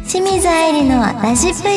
清水愛理のラジプユ。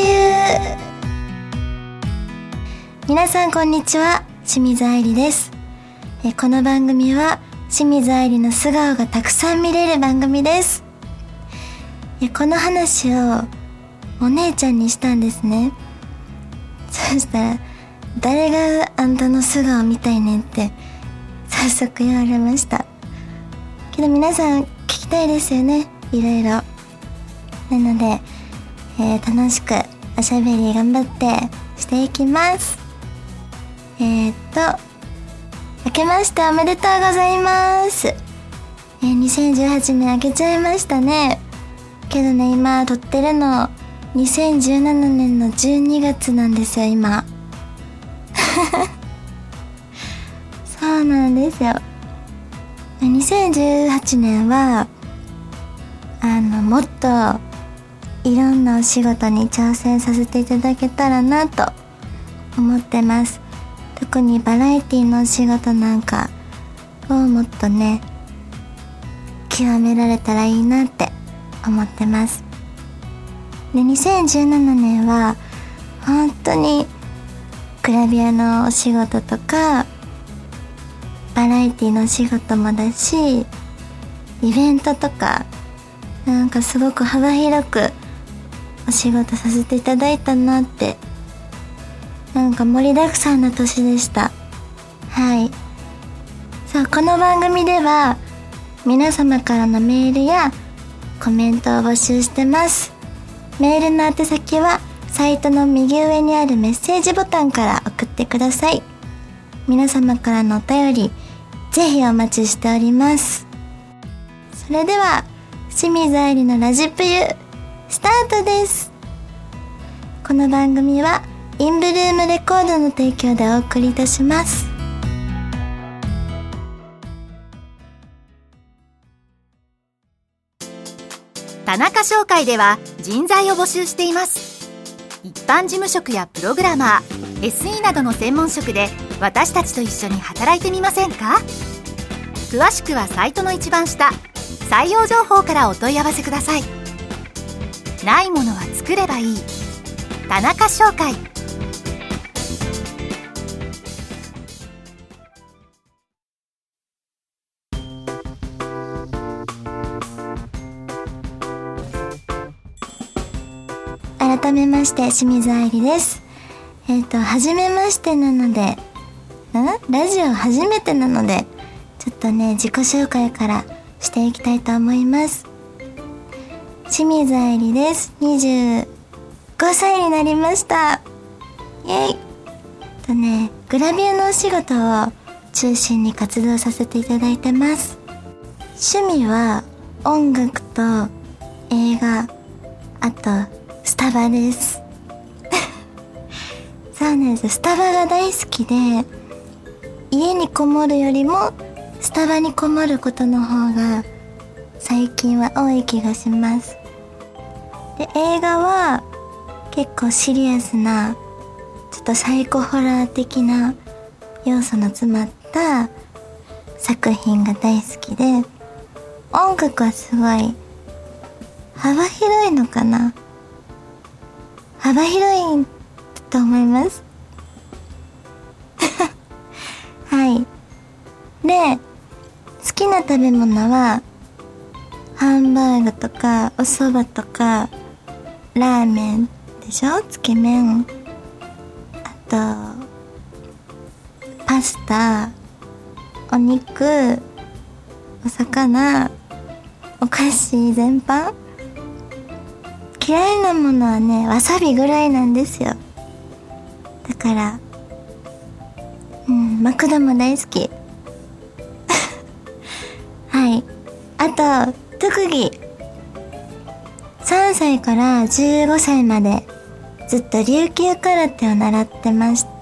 皆さんこんにちは、清水愛理です。この番組は清水愛理の素顔がたくさん見れる番組です。この話をお姉ちゃんにしたんですね。そしたら、誰があんたの素顔見たいねんって早速言われました。けど皆さん聞きたいですよね、いろいろ。なので、楽しくおしゃべり頑張ってしていきます。明けましておめでとうございます。2018年明けちゃいましたね。けどね、今撮ってるの2017年の12月なんですよ、今。そうなんですよ。2018年はもっといろんなお仕事に挑戦させていただけたらなと思ってます。特にバラエティのお仕事なんかをもっとね極められたらいいなって思ってます。で、2017年は本当にグラビアのお仕事とかバラエティのお仕事もだし、イベントとかなんかすごく幅広くお仕事させていただいたなって、なんか盛りだくさんな年でした。はい。そう、この番組では皆様からのメールやコメントを募集してます。メールの宛先はサイトの右上にあるメッセージボタンから送ってください。皆様からのお便りぜひお待ちしております。それでは清水愛理のラジプユスタートです。この番組はインブルームレコードの提供でお送りいたします。 田中商会では人材を募集しています。一般事務職やプログラマー、SE などの専門職で私たちと一緒に働いてみませんか？詳しくはサイトの一番下、採用情報からお問い合わせください。ないものは作ればいい。田中商会。 改めまして清水愛理です。初めましてなので、ラジオ初めてなので、ちょっとね、自己紹介からしていきたいと思います。清水愛理です。25歳になりました。イエイ。グラビアのお仕事を中心に活動させていただいてます。趣味は音楽と映画、あとスタバです。そうなんです。スタバが大好きで、家にこもるよりもスタバにこもることの方が最近は多い気がします。で、映画は結構シリアスなちょっとサイコホラー的な要素の詰まった作品が大好きで、音楽はすごい幅広いのかな、幅広いと思います。はい。で、好きな食べ物はハンバーグとかお蕎麦とかラーメンでしょ、つけ麺、あとパスタ、お肉、お魚、お菓子全般。嫌いなものはね、わさびぐらいなんですよ。だからマクドも大好き。はい。あと特技、3歳から15歳までずっと琉球空手を習ってまして、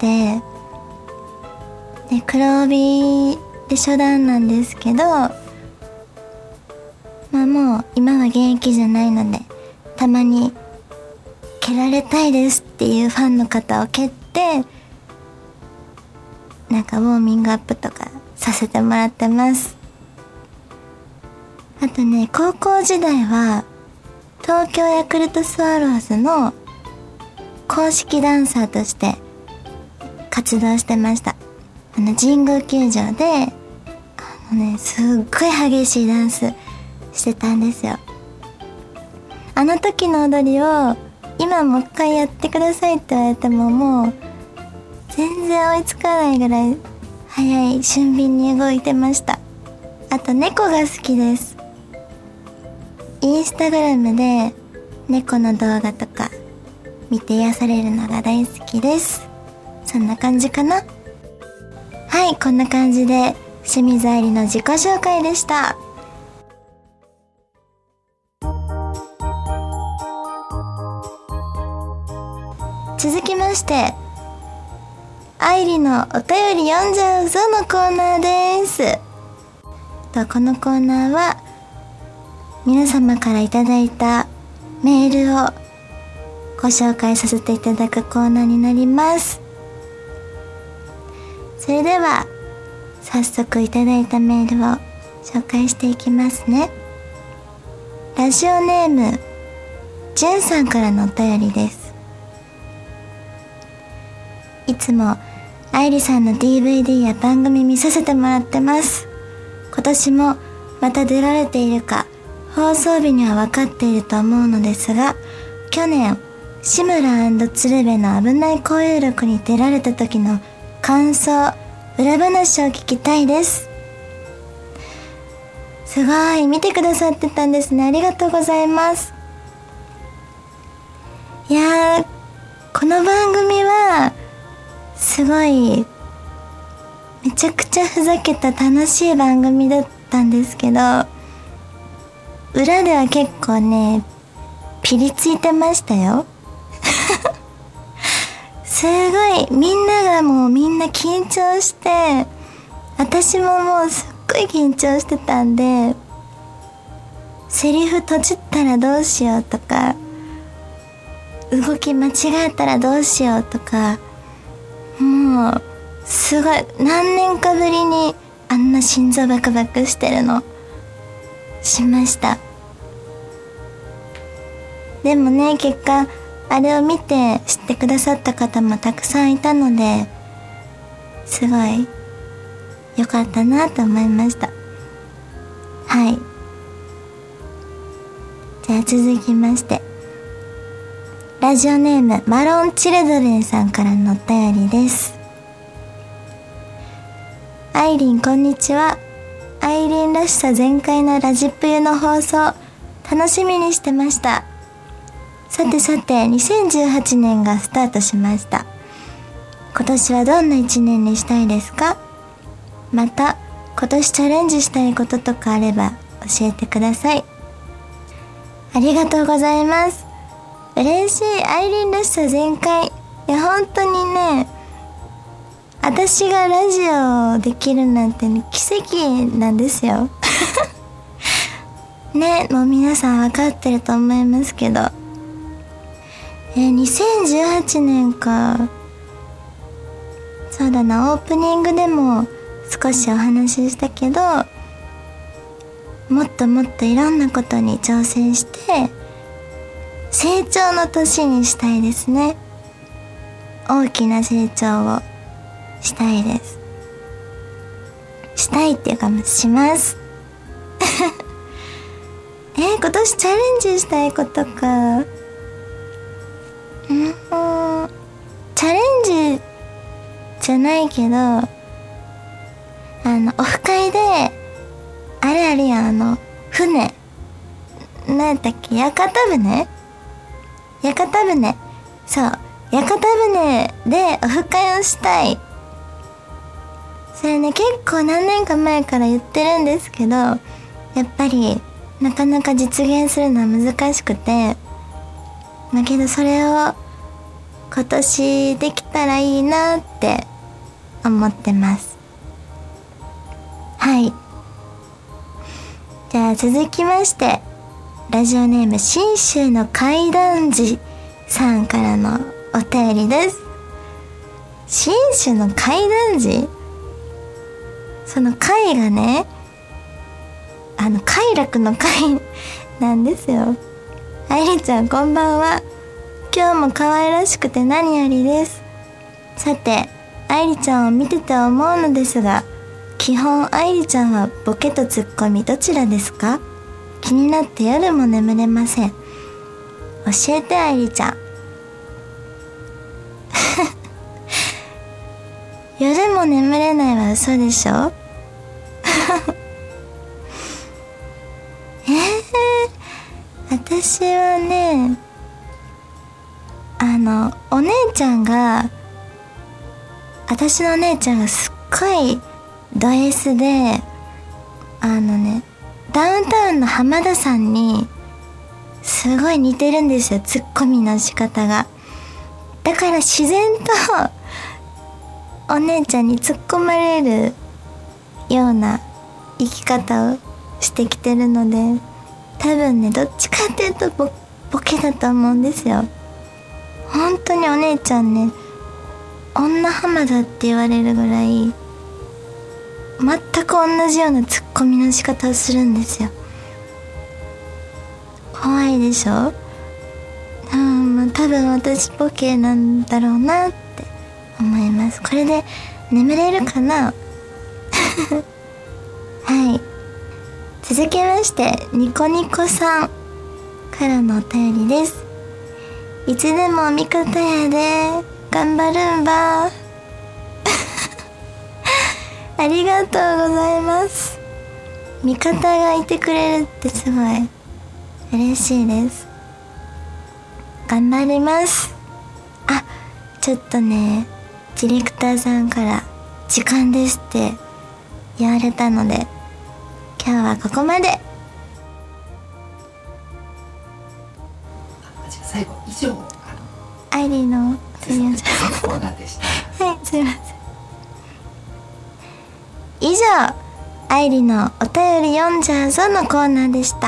で、黒帯で初段なんですけど、もう今は現役じゃないので、たまに蹴られたいですっていうファンの方を蹴って、なんかウォーミングアップとかさせてもらってます。あとね、高校時代は東京ヤクルトスワローズの公式ダンサーとして活動してました。神宮球場ですっごい激しいダンスしてたんですよ。あの時の踊りを今もう一回やってくださいって言われてももう全然追いつかないぐらい速い俊敏に動いてました。あと猫が好きです。インスタグラムで猫の動画とか見て癒されるのが大好きです。そんな感じかな。はい、こんな感じで清水愛理の自己紹介でした。続きまして、愛理のお便り読んじゃうぞのコーナーです。このコーナーは皆様からいただいたメールをご紹介させていただくコーナーになります。それでは早速いただいたメールを紹介していきますね。ラジオネームじゅんさんからのお便りです。いつも愛理さんの DVD や番組見させてもらってます。今年もまた出られているか放送日には分かっていると思うのですが、去年志村&鶴瓶の危ない交友録に出られた時の感想、裏話を聞きたいです。すごい見てくださってたんですね。ありがとうございます。いやー、この番組はすごいめちゃくちゃふざけた楽しい番組だったんですけど、裏では結構ねピリついてましたよすごいみんな緊張して、私ももうすっごい緊張してたんで、セリフ閉じったらどうしようとか、動き間違えたらどうしようとか、もうすごい何年かぶりにあんな心臓バクバクしてるのしました。でもね、結果あれを見て知ってくださった方もたくさんいたので、すごい良かったなと思いました。はい、じゃあ続きまして、ラジオネームマロンチルドレンさんからのお便りです。アイリンこんにちは。アイリンらしさ全開のラジプユの放送楽しみにしてました。さて2018年がスタートしました。今年はどんな1年にしたいですか？また今年チャレンジしたいこととかあれば教えてください。ありがとうございます。嬉しい。アイリンらしさ全開。いや本当にね、私がラジオできるなんてね、奇跡なんですよね、もう皆さん分かってると思いますけど、2018年か。そうだな、オープニングでも少しお話ししたけど、もっともっといろんなことに挑戦して成長の年にしたいですね。大きな成長をしたいです。したいっていうかします今年チャレンジしたいことか。チャレンジじゃないけど、オフ会であれあれやん、船なんだっけ、屋形船、そう屋形船でオフ会をしたい。それね、結構何年か前から言ってるんですけど、やっぱりなかなか実現するのは難しくて、だけどそれを今年できたらいいなって思ってます。はい、じゃあ続きまして、ラジオネーム信州の怪談児さんからのお便りです。信州の怪談児、その怪がね、快楽の怪なんですよ。 愛理ちゃんこんばんは。今日も可愛らしくて何よりです。さて、愛理ちゃんを見てて思うのですが、基本愛理ちゃんはボケとツッコミどちらですか？気になって夜も眠れません。教えて愛理ちゃん。夜も眠れないは嘘でしょ？私はね、お姉ちゃんが、私のお姉ちゃんがすっごいド S で、ダウンタウンの浜田さんにすごい似てるんですよ、ツッコミの仕方が。だから自然とお姉ちゃんに突っ込まれるような生き方をしてきてるので、多分ね、どっちかっていうとボケだと思うんですよ。本当にお姉ちゃんね、女浜田って言われるぐらい全く同じようなツッコミの仕方をするんですよ。怖いでしょ？多分私ボケなんだろうなって思います。これで眠れるかな？はい。続きましてニコニコさんからのお便りです。いつでも味方やで、頑張るんば。ありがとうございます。味方がいてくれるってすごい嬉しいです。頑張ります。あ、ちょっとね、ディレクターさんから時間ですって言われたので、今日はここまで。 最後以上、 アイリーのすみませんコーナーでした。 はい、すみません。以上、アイリーのお便り読んじゃうぞのコーナーでした。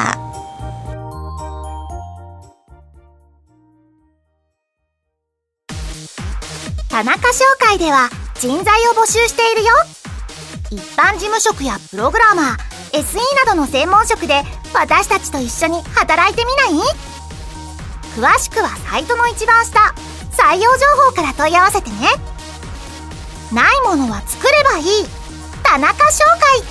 田中商会では人材を募集しているよ。一般事務職やプログラマー、SE などの専門職で私たちと一緒に働いてみない？詳しくはサイトの一番下、採用情報から問い合わせてね。ないものは作ればいい。田中商会。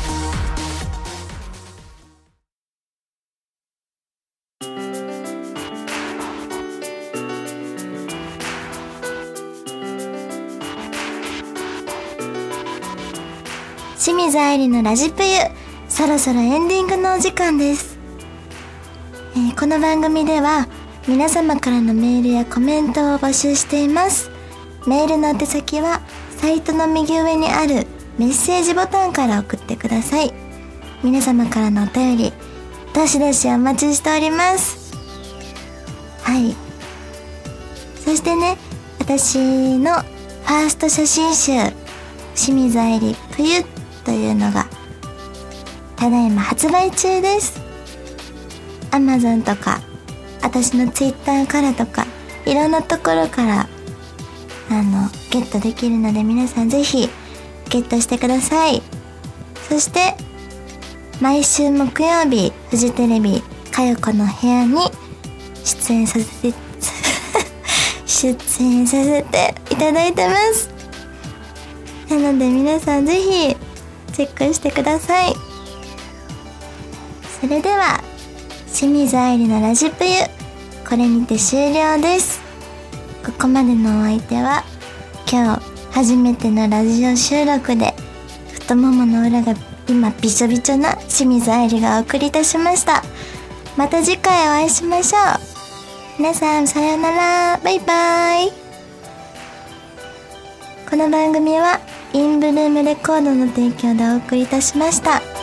清水愛理のラジプユ、そろそろエンディングのお時間です。この番組では皆様からのメールやコメントを募集しています。メールの宛先はサイトの右上にあるメッセージボタンから送ってください。皆様からのお便りどしどしお待ちしております。はい。そしてね、私のファースト写真集清水愛理プユというのがただいま発売中です。 Amazon とか私の Twitter からとかいろんなところからゲットできるので、皆さんぜひゲットしてください。そして毎週木曜日フジテレビかよこの部屋に出演させていただいてます。なので皆さんぜひチェックしてください。それでは清水愛理のラジプユ、これにて終了です。ここまでのお相手は今日初めてのラジオ収録で太ももの裏が今びちょびちょな清水愛理がお送りいたしました。また次回お会いしましょう。皆さんさようなら、バイバイ。この番組はインブルームレコードの提供でお送りいたしました。